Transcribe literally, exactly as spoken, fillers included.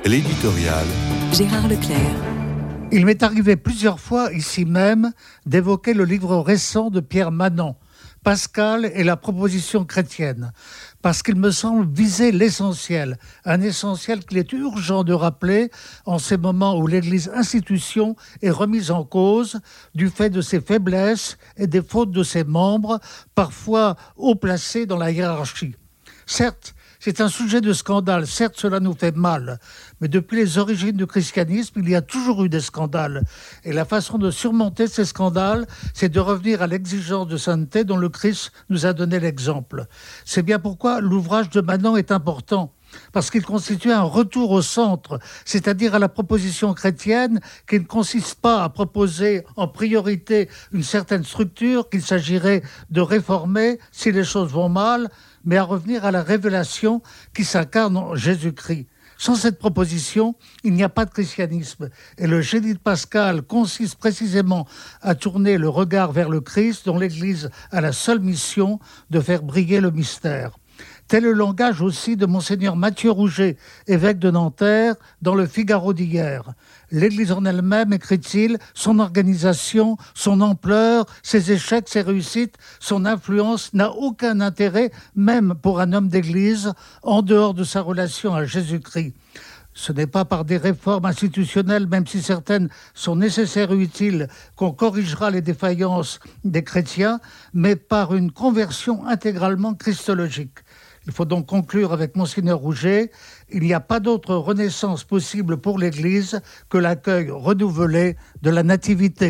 L'éditorial. Gérard Leclerc. Il m'est arrivé plusieurs fois, ici même, d'évoquer le livre récent de Pierre Manant, Pascal et la proposition chrétienne, parce qu'il me semble viser l'essentiel, un essentiel qu'il est urgent de rappeler en ces moments où l'Église institution est remise en cause du fait de ses faiblesses et des fautes de ses membres, parfois haut placés dans la hiérarchie. Certes, c'est un sujet de scandale, certes cela nous fait mal, mais depuis les origines du christianisme, il y a toujours eu des scandales. Et la façon de surmonter ces scandales, c'est de revenir à l'exigence de sainteté dont le Christ nous a donné l'exemple. C'est bien pourquoi l'ouvrage de Manant est important, parce qu'il constitue un retour au centre, c'est-à-dire à la proposition chrétienne qui ne consiste pas à proposer en priorité une certaine structure qu'il s'agirait de réformer si les choses vont mal, mais à revenir à la révélation qui s'incarne en Jésus-Christ. Sans cette proposition, il n'y a pas de christianisme. Et le génie de Pascal consiste précisément à tourner le regard vers le Christ, dont l'Église a la seule mission de faire briller le mystère. Tel est le langage aussi de Monseigneur Mathieu Rouget, évêque de Nanterre, dans le Figaro d'hier. L'Église en elle-même, écrit-il, son organisation, son ampleur, ses échecs, ses réussites, son influence n'a aucun intérêt, même pour un homme d'Église, en dehors de sa relation à Jésus-Christ. Ce n'est pas par des réformes institutionnelles, même si certaines sont nécessaires et utiles, qu'on corrigera les défaillances des chrétiens, mais par une conversion intégralement christologique. Il faut donc conclure avec Monseigneur Rouget, il n'y a pas d'autre renaissance possible pour l'Église que l'accueil renouvelé de la Nativité.